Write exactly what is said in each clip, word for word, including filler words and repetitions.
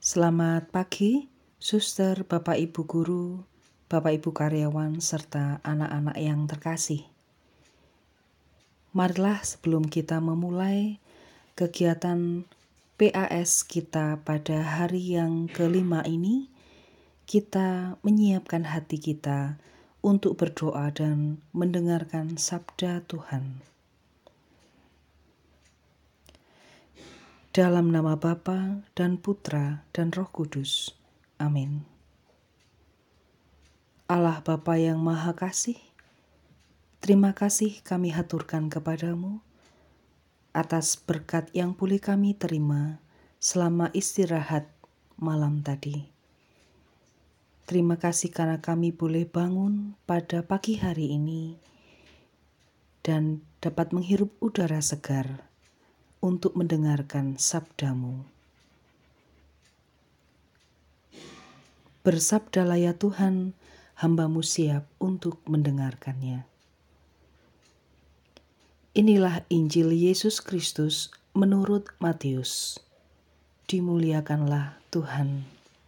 Selamat pagi, suster, Bapak Ibu guru, Bapak Ibu karyawan, serta anak-anak yang terkasih. Marilah sebelum kita memulai kegiatan P A S kita pada hari yang kelima ini, kita menyiapkan hati kita untuk berdoa dan mendengarkan sabda Tuhan. Dalam nama Bapa dan Putra dan Roh Kudus. Amin. Allah Bapa yang Maha Kasih, terima kasih kami haturkan kepadamu atas berkat yang boleh kami terima selama istirahat malam tadi. Terima kasih karena kami boleh bangun pada pagi hari ini dan dapat menghirup udara segar untuk mendengarkan sabdamu. Bersabdalah ya Tuhan, hamba-Mu siap untuk mendengarkannya. Inilah Injil Yesus Kristus menurut Matius. Dimuliakanlah Tuhan.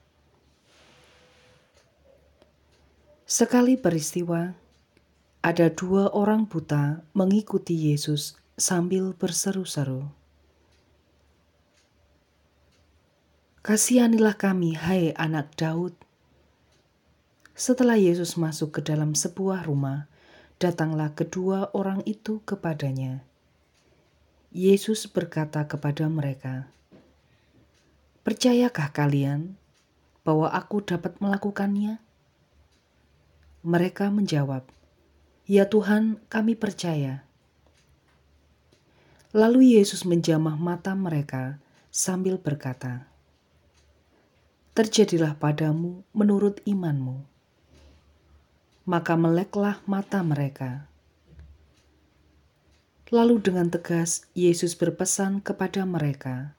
Sekali peristiwa, ada dua orang buta mengikuti Yesus sambil berseru-seru, "Kasihanilah kami, hai anak Daud." Setelah Yesus masuk ke dalam sebuah rumah, datanglah kedua orang itu kepadanya. Yesus berkata kepada mereka, "Percayakah kalian bahwa aku dapat melakukannya?" Mereka menjawab, "Ya Tuhan, kami percaya." Lalu Yesus menjamah mata mereka sambil berkata, "Terjadilah padamu menurut imanmu." Maka meleklah mata mereka. Lalu dengan tegas Yesus berpesan kepada mereka,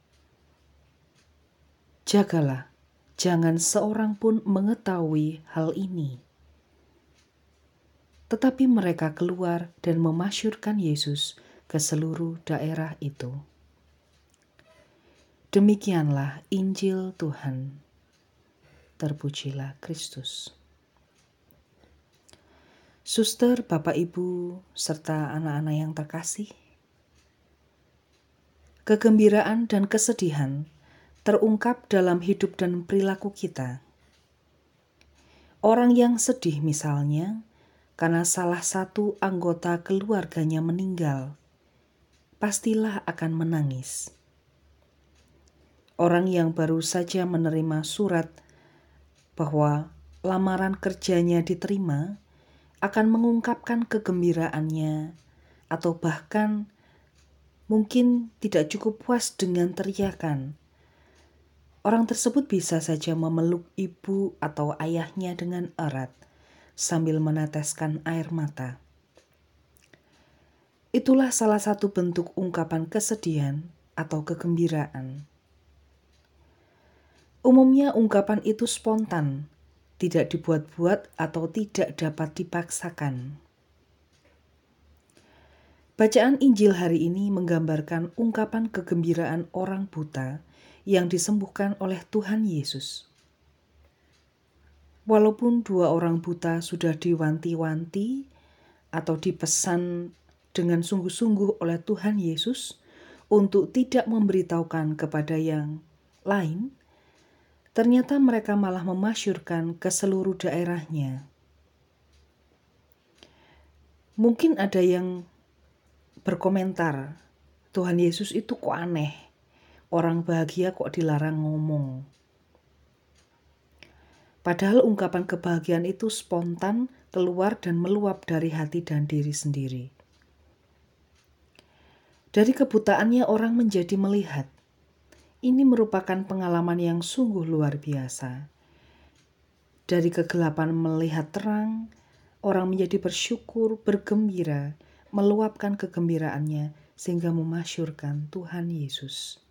"Jagalah, jangan seorang pun mengetahui hal ini." Tetapi mereka keluar dan memasyurkan Yesus ke seluruh daerah itu. Demikianlah Injil Tuhan. Terpujilah Kristus. Suster, Bapak Ibu, serta anak-anak yang terkasih, kegembiraan dan kesedihan terungkap dalam hidup dan perilaku kita. Orang yang sedih misalnya karena salah satu anggota keluarganya meninggal, pastilah akan menangis. Orang yang baru saja menerima surat bahwa lamaran kerjanya diterima akan mengungkapkan kegembiraannya, atau bahkan mungkin tidak cukup puas dengan teriakan. Orang tersebut bisa saja memeluk ibu atau ayahnya dengan erat sambil meneteskan air mata. Itulah salah satu bentuk ungkapan kesedihan atau kegembiraan. Umumnya ungkapan itu spontan, tidak dibuat-buat atau tidak dapat dipaksakan. Bacaan Injil hari ini menggambarkan ungkapan kegembiraan orang buta yang disembuhkan oleh Tuhan Yesus. Walaupun dua orang buta sudah diwanti-wanti atau dipesan dengan sungguh-sungguh oleh Tuhan Yesus untuk tidak memberitahukan kepada yang lain, ternyata mereka malah memasyurkan ke seluruh daerahnya. Mungkin ada yang berkomentar, "Tuhan Yesus itu kok aneh, orang bahagia kok dilarang ngomong." Padahal ungkapan kebahagiaan itu spontan keluar dan meluap dari hati dan diri sendiri. Dari kebutaannya orang menjadi melihat. Ini merupakan pengalaman yang sungguh luar biasa. Dari kegelapan melihat terang, orang menjadi bersyukur, bergembira, meluapkan kegembiraannya sehingga memasyurkan Tuhan Yesus.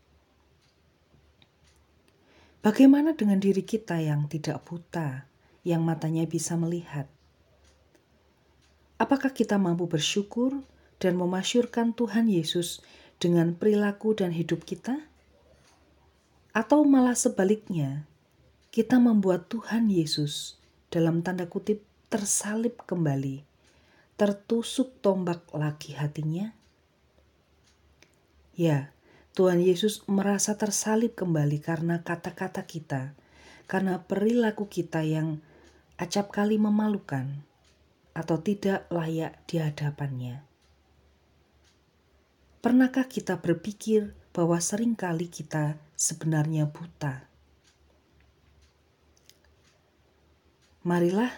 Bagaimana dengan diri kita yang tidak buta, yang matanya bisa melihat? Apakah kita mampu bersyukur dan memasyurkan Tuhan Yesus dengan perilaku dan hidup kita? Atau malah sebaliknya, kita membuat Tuhan Yesus dalam tanda kutip tersalib kembali, tertusuk tombak lagi hatinya? Ya, Tuhan Yesus merasa tersalib kembali karena kata-kata kita, karena perilaku kita yang acap kali memalukan atau tidak layak di hadapannya. Pernahkah kita berpikir bahwa seringkali kita sebenarnya buta? Marilah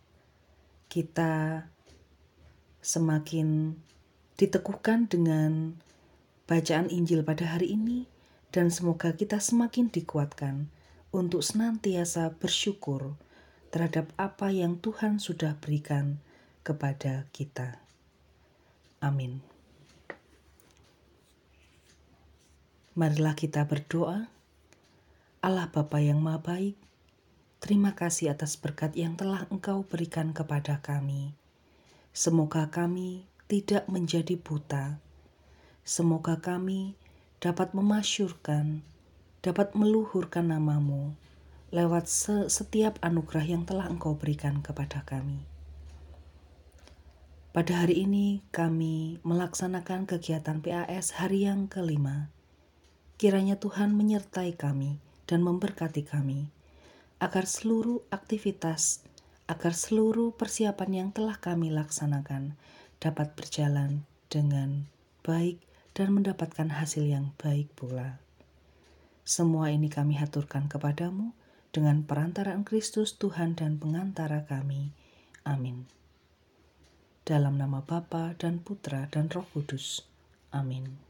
kita semakin diteguhkan dengan bacaan Injil pada hari ini, dan semoga kita semakin dikuatkan untuk senantiasa bersyukur terhadap apa yang Tuhan sudah berikan kepada kita. Amin. Marilah kita berdoa. Allah Bapa yang Maha Baik, terima kasih atas berkat yang telah Engkau berikan kepada kami. Semoga kami tidak menjadi buta. Semoga kami dapat memasyurkan, dapat meluhurkan nama-Mu lewat setiap anugerah yang telah Engkau berikan kepada kami. Pada hari ini kami melaksanakan kegiatan P A S hari yang kelima. Kiranya Tuhan menyertai kami dan memberkati kami, agar seluruh aktivitas, agar seluruh persiapan yang telah kami laksanakan dapat berjalan dengan baik dan mendapatkan hasil yang baik pula. Semua ini kami haturkan kepadamu dengan perantaraan Kristus Tuhan dan pengantara kami. Amin. Dalam nama Bapa dan Putra dan Roh Kudus. Amin.